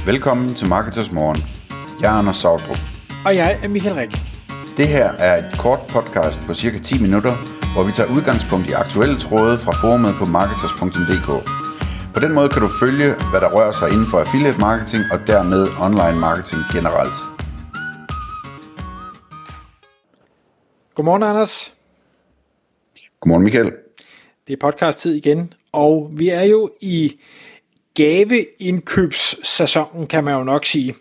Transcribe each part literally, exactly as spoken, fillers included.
Velkommen til Marketers Morgen. Jeg er Anders Sautrup. Og jeg er Michael Rik. Det her er et kort podcast på cirka ti minutter, hvor vi tager udgangspunkt i aktuelle tråde fra forumet på marketers punktum d k. På den måde kan du følge, hvad der rører sig inden for affiliate marketing og dermed online marketing generelt. Godmorgen, Anders. Godmorgen, Michael. Det er podcast-tid igen, og vi er jo i gaveindkøbssæsonen, kan man jo nok sige.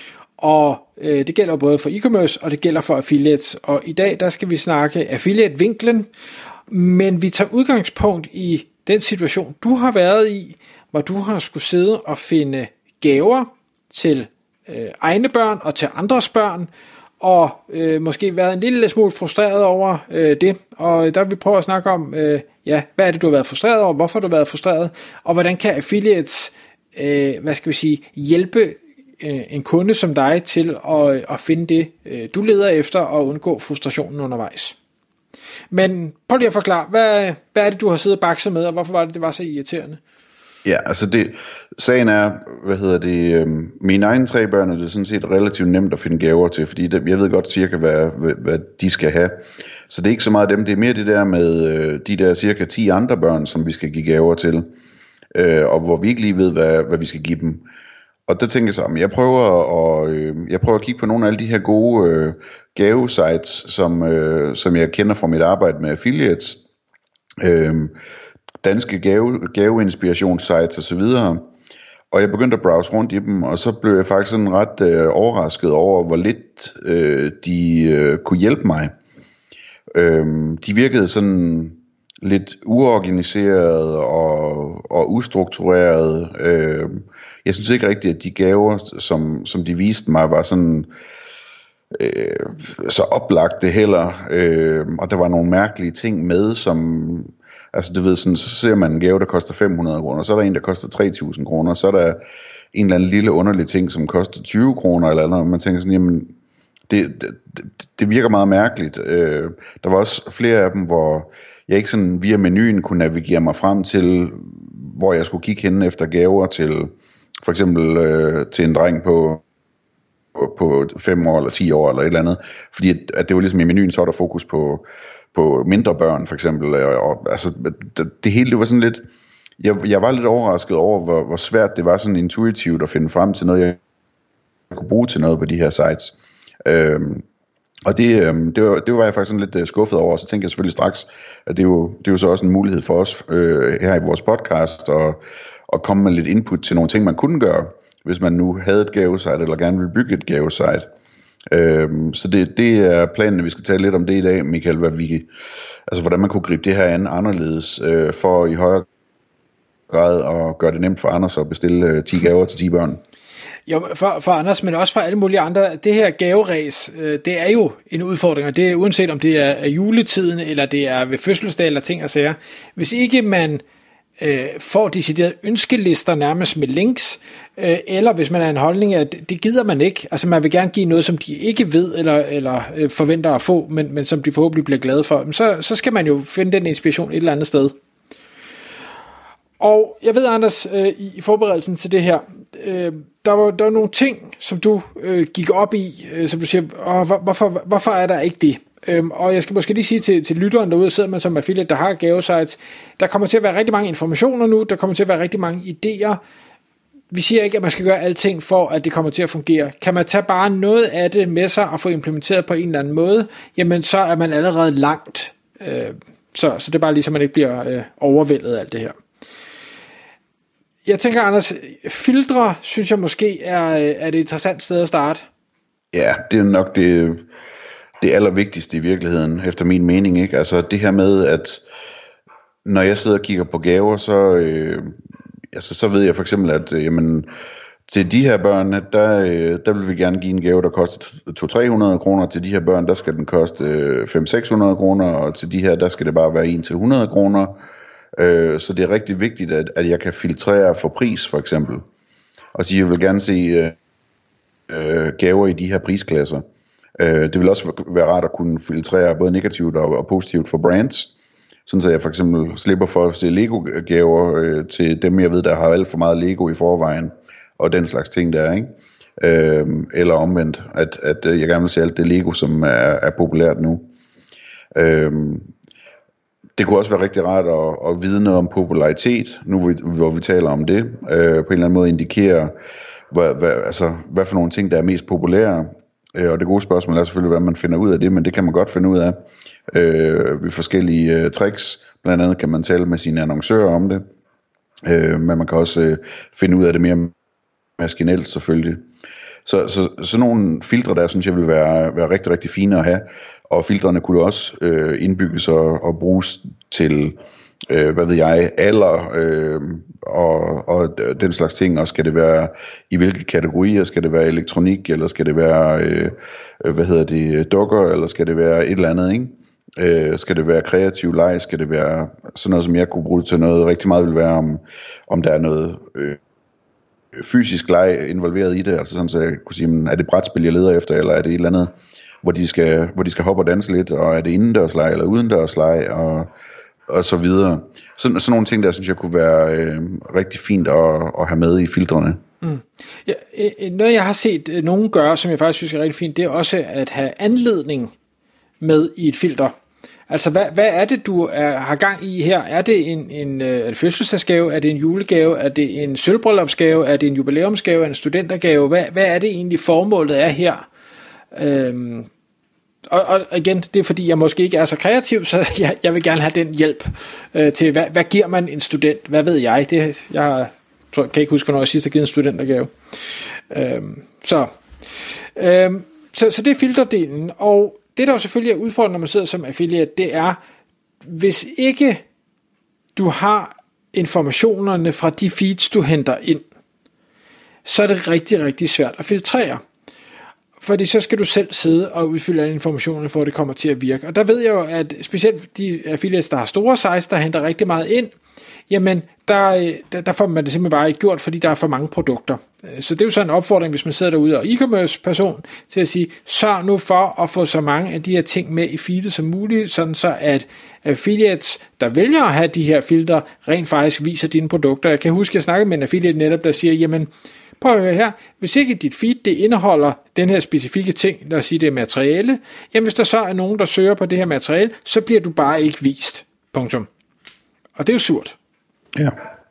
Og øh, det gælder både for e-commerce, og det gælder for affiliates. Og i dag, der skal vi snakke affiliate-vinklen, men vi tager udgangspunkt i den situation, du har været i, hvor du har skulle sidde og finde gaver til øh, egne børn og til andres børn, og øh, måske været en lille smule frustreret over øh, det, og der vil vi prøve at snakke om, øh, ja, hvad er det, du har været frustreret over, hvorfor du har været frustreret, og hvordan kan affiliates, øh, hvad skal vi sige, hjælpe øh, en kunde som dig til at, at finde det, øh, du leder efter, og undgå frustrationen undervejs. Men prøv lige at forklare, hvad, hvad er det, du har siddet og bakset med, og hvorfor var det, det var så irriterende? Ja, altså det, sagen er, hvad hedder det, øhm, mine egne tre børn er det sådan set relativt nemt at finde gaver til, fordi det, jeg ved godt cirka, hvad, hvad, hvad de skal have. Så det er ikke så meget dem, det er mere det der med øh, de der cirka ti andre børn, som vi skal give gaver til, øh, og hvor vi ikke lige ved, hvad, hvad vi skal give dem. Og der tænker jeg så, jeg prøver at, øh, jeg prøver at kigge på nogle af alle de her gode øh, gavesites, som, øh, som jeg kender fra mit arbejde med affiliates, øh, danske gave, gaveinspirationssites og så videre. Og jeg begyndte at browse rundt i dem, og så blev jeg faktisk sådan ret øh, overrasket over, hvor lidt øh, de øh, kunne hjælpe mig. Øh, de virkede sådan lidt uorganiseret og, og ustruktureret. Øh, jeg synes ikke rigtigt, at de gaver, som, som de viste mig, var sådan øh, så oplagte heller. Øh, og der var nogle mærkelige ting med, som... Altså du ved, sådan, så ser man en gave, der koster fem hundrede kroner, så er der en, der koster tre tusind kroner, så er der en eller anden lille underlig ting, som koster tyve kroner eller andet, og man tænker sådan, jamen, det, det, det virker meget mærkeligt. Øh, der var også flere af dem, hvor jeg ikke sådan via menuen kunne navigere mig frem til, hvor jeg skulle kigge hen efter gaver til, for eksempel øh, til en dreng på, på fem år eller ti år eller et eller andet, fordi at, at det var ligesom i menuen, så var der fokus på på mindre børn for eksempel, og, og altså det, det hele, det var sådan lidt, jeg, jeg var lidt overrasket over, hvor, hvor svært det var sådan intuitivt at finde frem til noget, jeg kunne bruge til noget på de her sites, øhm, og det, øhm, det, var, det var jeg faktisk sådan lidt skuffet over, så tænkte jeg selvfølgelig straks, at det er jo, det er jo så også en mulighed for os øh, her i vores podcast, og, og komme med lidt input til nogle ting, man kunne gøre, hvis man nu havde et gavesite, eller gerne ville bygge et gavesite. Øhm, så det, det er planen, at vi skal tale lidt om det i dag, Michael, hvad vi, altså hvordan man kunne gribe det her an anderledes, øh, for i højere grad at gøre det nemt for Anders at bestille øh, ti gaver til ti børn. Jo, for, for Anders, men også for alle mulige andre. Det her gaveræs, øh, det er jo en udfordring, og det er uanset om det er juletiden, eller det er ved fødselsdag, eller ting og sager. Hvis ikke man øh, får decideret ønskelister nærmest med links, øh, eller hvis man er en holdning, at det gider man ikke, altså man vil gerne give noget, som de ikke ved, eller, eller øh, forventer at få, men, men som de forhåbentlig bliver glade for, så, så skal man jo finde den inspiration et eller andet sted. Og jeg ved, Anders, øh, i forberedelsen til det her, øh, der var der var nogle ting, som du øh, gik op i, øh, som du siger, åh, hvor, hvorfor, hvorfor er der ikke det? Øhm, og jeg skal måske lige sige til, til lytteren derude, sidder man som affiliate, der har gavesites, der kommer til at være rigtig mange informationer nu, der kommer til at være rigtig mange idéer. Vi siger ikke, at man skal gøre alting for, at det kommer til at fungere. Kan man tage bare noget af det med sig og få implementeret på en eller anden måde, jamen så er man allerede langt. Øh, så, så det er bare lige, så man ikke bliver øh, overvældet af alt det her. Jeg tænker, Anders, filtre synes jeg måske er, er et interessant sted at starte. Ja, det er nok det... det allervigtigste i virkeligheden, efter min mening, ikke? Altså det her med, at når jeg sidder og kigger på gaver, så, øh, altså, så ved jeg for eksempel, at øh, jamen, til de her børn, der, øh, der vil vi gerne give en gave, der koster to hundrede til tre hundrede kroner. Til de her børn, der skal den koste øh, fem hundrede til seks hundrede kroner, og til de her, der skal det bare være en til hundrede kroner. Øh, så det er rigtig vigtigt, at, at jeg kan filtrere for pris, for eksempel. Og så jeg vil gerne se øh, øh, gaver i de her prisklasser. Det vil også være rart at kunne filtrere både negativt og positivt for brands, sådan så jeg for eksempel slipper for at se Lego-gaver øh, til dem, jeg ved, der har alt for meget Lego i forvejen, og den slags ting der, ikke? Øh, eller omvendt, at, at jeg gerne vil se alt det Lego, som er, er populært nu. Øh, det kunne også være rigtig rart at, at vide noget om popularitet, nu hvor vi taler om det, øh, på en eller anden måde indikere, hvad, hvad, altså, hvad for nogle ting, der er mest populære. Og det gode spørgsmål er selvfølgelig, hvordan man finder ud af det, men det kan man godt finde ud af øh, ved forskellige øh, tricks. Blandt andet kan man tale med sine annoncører om det, øh, men man kan også øh, finde ud af det mere maskinelt selvfølgelig. Så, så, så nogle filtre der, synes jeg vil være, være rigtig, rigtig fine at have, og filtrene kunne også øh, indbygges og, og bruges til, øh, hvad ved jeg, alder øh, og, og den slags ting, og skal det være i hvilke kategorier, skal det være elektronik, eller skal det være, øh, hvad hedder det, dukker, eller skal det være et eller andet, ikke? Øh, skal det være kreativ leg, skal det være sådan noget, som jeg kunne bruge til noget, rigtig meget vil være, om, om der er noget øh, fysisk leg involveret i det, altså sådan, så jeg kunne sige, er det brætspil, jeg leder efter, eller er det et eller andet, hvor de skal, hvor de skal hoppe og danse lidt, og er det indendørsleg, eller udendørsleg, og og så videre. Sådan, sådan nogle ting, der synes jeg kunne være øh, rigtig fint at, at have med i filtrene. Mm. Ja, noget jeg har set øh, nogen gøre, som jeg faktisk synes er rigtig fint, det er også at have anledning med i et filter. Altså, hvad, hvad er det, du er, har gang i her? Er det en, en, er det fødselsdagsgave? Er det en julegave? Er det en sølvbryllupsgave? Er det en jubilæumsgave? Er det en studentergave? Hvad, hvad er det egentlig formålet er her? Øhm, Og, og igen, det er fordi, jeg måske ikke er så kreativ, så jeg, jeg vil gerne have den hjælp øh, til, hvad, hvad giver man en student? Hvad ved jeg? Det, jeg tror, kan ikke huske, hvornår jeg sidst har givet en studentergave. Øhm, så, øhm, så, så det er filterdelen, og det der jo selvfølgelig er udfordrende, når man sidder som affiliate, det er, hvis ikke du har informationerne fra de feeds, du henter ind, så er det rigtig, rigtig svært at filtrere. Fordi så skal du selv sidde og udfylde alle informationerne, for at det kommer til at virke. Og der ved jeg jo, at specielt de affiliates, der har store sites, der henter rigtig meget ind, jamen der, der, der får man det simpelthen bare ikke gjort, fordi der er for mange produkter. Så det er jo så en opfordring, hvis man sidder derude og e-commerce person, til at sige, sørg nu for at få så mange af de her ting med i feedet som muligt, sådan så at affiliates, der vælger at have de her filtre, rent faktisk viser dine produkter. Jeg kan huske, at jeg snakkede med en affiliate netop, der siger, jamen, prøv at høre her, hvis ikke dit feed det indeholder den her specifikke ting, lad os sige det er materiale, jamen hvis der så er nogen, der søger på det her materiale, så bliver du bare ikke vist. Punktum. Og det er jo surt. Ja.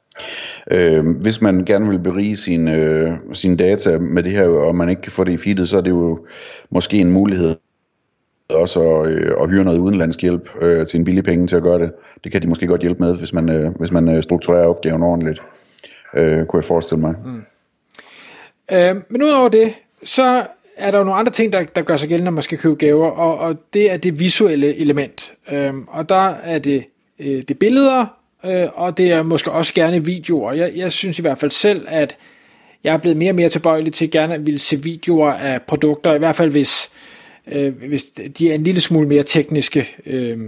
Øh, hvis man gerne vil berige sin, øh, sin data med det her, og man ikke kan få det i feedet, så er det jo måske en mulighed også at, øh, at hyre noget udenlandsk hjælp øh, til en billig penge til at gøre det. Det kan de måske godt hjælpe med, hvis man, øh, hvis man strukturerer opgaven ordentligt, øh, kunne jeg forestille mig. Mm. Øh, men udover det, så er der jo nogle andre ting, der, der gør sig gældende, når man skal købe gaver, og, og det er det visuelle element. Øh, og der er det, øh, det billeder, øh, og det er måske også gerne videoer. Jeg, jeg synes i hvert fald selv, at jeg er blevet mere og mere tilbøjelig til gerne at ville se videoer af produkter, i hvert fald hvis, øh, hvis de er en lille smule mere tekniske. Øh.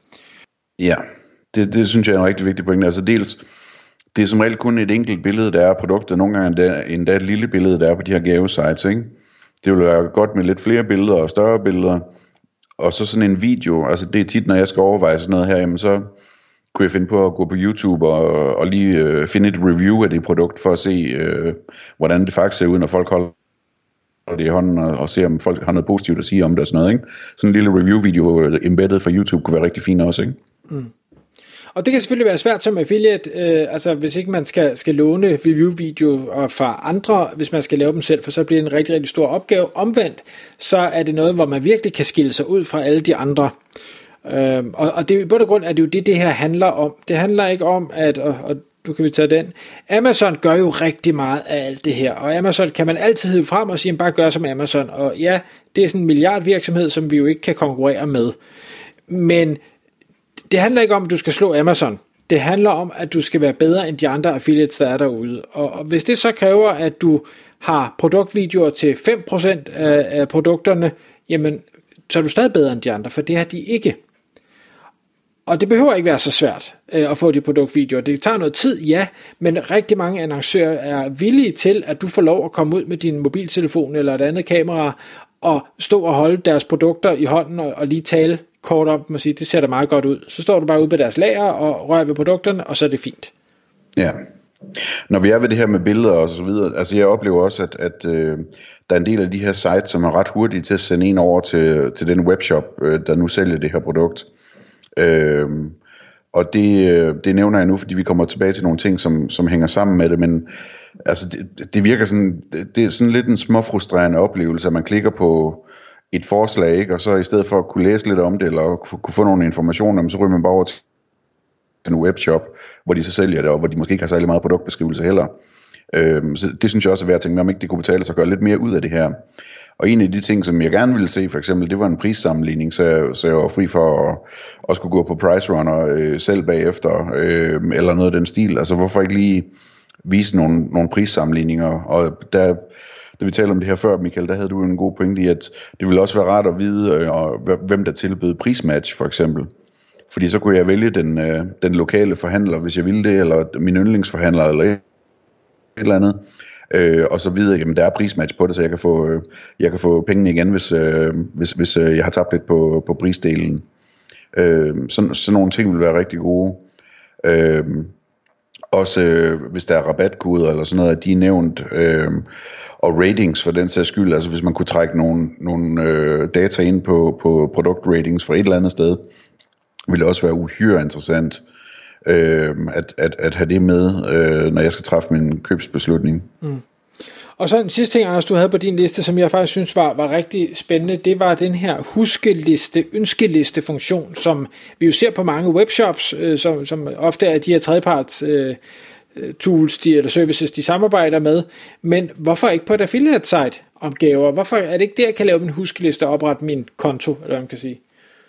Ja, det, det synes jeg er en rigtig vigtig pointe. Altså dels, det er som regel kun et enkelt billede, der er af produkter. Nogle gange endda, endda et lille billede, der er på de her gavesites, ikke? Det vil være godt med lidt flere billeder og større billeder. Og så sådan en video, altså det er tit, når jeg skal overveje sådan noget her, jamen så kunne jeg finde på at gå på YouTube og, og lige øh, finde et review af det produkt, for at se, øh, hvordan det faktisk ser ud, når folk holder det i hånden, og, og se, om folk har noget positivt at sige om det og sådan noget, ikke? Sådan en lille review-video embedded fra YouTube kunne være rigtig fint også, ikke? Mm. Og det kan selvfølgelig være svært som affiliate, øh, altså hvis ikke man skal, skal låne review-videoer fra andre, hvis man skal lave dem selv, for så bliver det en rigtig, rigtig stor opgave. Omvendt, så er det noget, hvor man virkelig kan skille sig ud fra alle de andre. Øh, og, og det er jo i bund og grund, at det er jo det, det her handler om. Det handler ikke om, at, og, og du kan vi tage den, Amazon gør jo rigtig meget af alt det her, og Amazon kan man altid hive frem og sige, bare gør som Amazon. Og ja, det er sådan en milliardvirksomhed, som vi jo ikke kan konkurrere med. Men det handler ikke om, at du skal slå Amazon. Det handler om, at du skal være bedre end de andre affiliates, der er derude. Og, og hvis det så kræver, at du har produktvideoer til fem procent af, af produkterne, jamen, så er du stadig bedre end de andre, for det har de ikke. Og det behøver ikke være så svært øh, at få de produktvideoer. Det tager noget tid, ja, men rigtig mange annoncører er villige til, at du får lov at komme ud med din mobiltelefon eller et andet kamera, og stå og holde deres produkter i hånden, og, og lige tale kort om dem og sige, det ser da meget godt ud. Så står du bare ude på deres lager og rører ved produkterne, og så er det fint. Ja, Når vi er ved det her med billeder og så videre, altså jeg oplever også, at, at øh, der er en del af de her sites, som er ret hurtige til at sende en over til, til den webshop, øh, der nu sælger det her produkt. Øh, og det, det nævner jeg nu, fordi vi kommer tilbage til nogle ting, som, som hænger sammen med det, men altså det, det virker sådan, det, det er sådan lidt en småfrustrerende oplevelse, at man klikker på et forslag, ikke? Og så i stedet for at kunne læse lidt om det, eller kunne få nogle informationer, så ryger man bare over til en webshop, hvor de så sælger det, og hvor de måske ikke har særlig meget produktbeskrivelse heller. Øhm, så det synes jeg også er værd at tænke, om ikke det kunne betale sig at gøre lidt mere ud af det her. Og en af de ting, som jeg gerne ville se, for eksempel, det var en prissammenligning, så, så jeg var fri for at, at skulle gå på PriceRunner øh, selv bagefter, øh, eller noget af den stil. Altså hvorfor ikke lige vise nogle, nogle prissammenligninger, og der... Da vi talte om det her før, Michael, der havde du en god pointe i, at det ville også være rart at vide, øh, hvem der tilbød prismatch, for eksempel. Fordi så kunne jeg vælge den, øh, den lokale forhandler, hvis jeg ville det, eller min yndlingsforhandler, eller et eller andet. Øh, og så videre, jamen der er prismatch på det, så jeg kan få, øh, jeg kan få pengene igen, hvis, øh, hvis, hvis øh, jeg har tabt lidt på, på prisdelen. Øh, sådan, sådan nogle ting vil være rigtig gode. Øh, også øh, hvis der er rabatkoder eller sådan noget, at de er nævnt. Øh, og ratings for den sags skyld, altså hvis man kunne trække nogle, nogle øh, data ind på, på produktratings fra et eller andet sted, ville det også være uhyre interessant øh, at, at, at have det med, øh, når jeg skal træffe min købsbeslutning. Mm. Og så en sidste ting, Anders, du havde på din liste, som jeg faktisk synes var, var rigtig spændende, det var den her huskeliste, ønskeliste funktion, som vi jo ser på mange webshops, øh, som, som ofte er de her tredjeparts øh, tools de, eller services, de samarbejder med, men hvorfor ikke på et affiliate site om gaver? Hvorfor er det ikke der, jeg kan lave min huskeliste og oprette min konto, eller hvad man kan sige?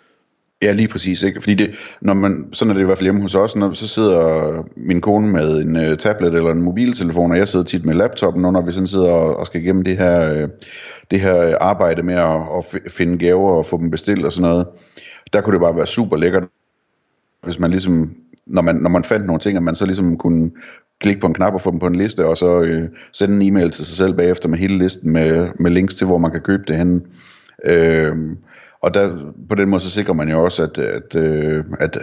Ja, lige præcis, ikke? Fordi det, når man, sådan er det i hvert fald hjemme hos os, når så sidder min kone med en uh, tablet eller en mobiltelefon, og jeg sidder tit med laptopen, når vi sådan sidder og, og skal igennem det her, uh, det her arbejde med at, at finde gaver og få dem bestilt og sådan noget. Der kunne det bare være super lækkert, hvis man ligesom, når man, når man fandt nogle ting, at man så ligesom kunne klikke på en knap og få dem på en liste, og så øh, sende en e-mail til sig selv bagefter med hele listen med, med links til, hvor man kan købe det henne. Øh, og der, på den måde så sikrer man jo også, at, at, at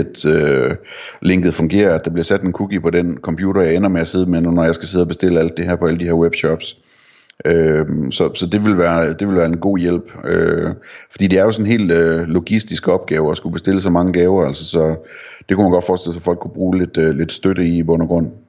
affiliate-linket fungerer, at der bliver sat en cookie på den computer, jeg ender med at sidde med, når jeg skal sidde og bestille alt det her på alle de her webshops. Øh, så, så det vil være det vil være en god hjælp, øh, fordi det er jo sådan en helt øh, logistisk opgave at skulle bestille så mange gaver, altså, så det kunne man godt forestille sig, at folk kunne bruge lidt, øh, lidt støtte i i bund og grund.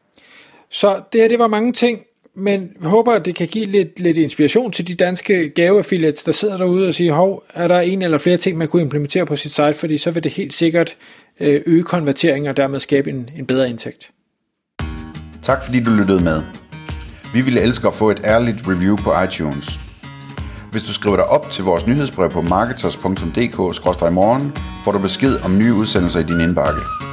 Så det her, det var mange ting, men jeg håber, at det kan give lidt, lidt inspiration til de danske gaveaffiliates, der sidder derude og siger, hov, er der en eller flere ting, man kunne implementere på sit site, fordi så vil det helt sikkert øh, øge konverteringen og dermed skabe en, en bedre indtægt. Tak fordi du lyttede med. Vi ville elske at få et ærligt review på iTunes. Hvis du skriver dig op til vores nyhedsbrev på marketers punktum d k skråstreg morgen, får du besked om nye udsendelser i din indbakke.